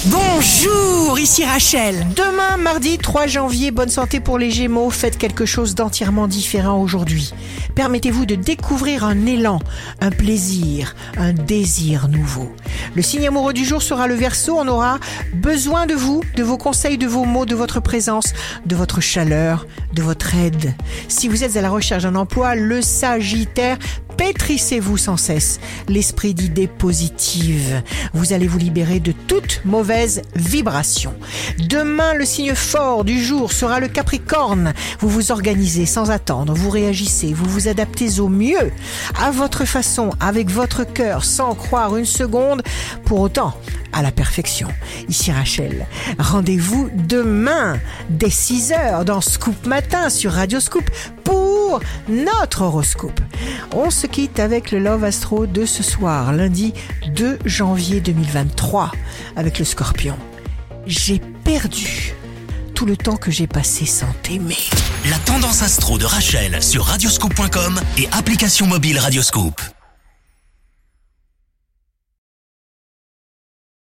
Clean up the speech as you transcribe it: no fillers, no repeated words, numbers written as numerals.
Bonjour, ici Rachel. Demain, mardi 3 janvier, bonne santé pour les Gémeaux. Faites quelque chose d'entièrement différent aujourd'hui. Permettez-vous de découvrir un élan, un plaisir, un désir nouveau. Le signe amoureux du jour sera le Verseau. On aura besoin de vous, de vos conseils, de vos mots, de votre présence, de votre chaleur, de votre aide. Si vous êtes à la recherche d'un emploi, le Sagittaire, pétrissez-vous sans cesse l'esprit d'idées positives. Vous allez vous libérer de toute mauvaise vibration. Demain, le signe fort du jour sera le Capricorne. Vous vous organisez sans attendre, vous réagissez, vous vous adaptez au mieux, à votre façon, avec votre cœur, sans croire une seconde, pour autant à la perfection. Ici Rachel, rendez-vous demain dès 6h dans Scoop Matin sur Radio Scoop pour notre horoscope. On se quitte avec le Love Astro de ce soir, lundi 2 janvier 2023, avec le Scorpion. J'ai perdu tout le temps que j'ai passé sans t'aimer. La tendance astro de Rachel sur radioscoop.com et application mobile Radioscoop.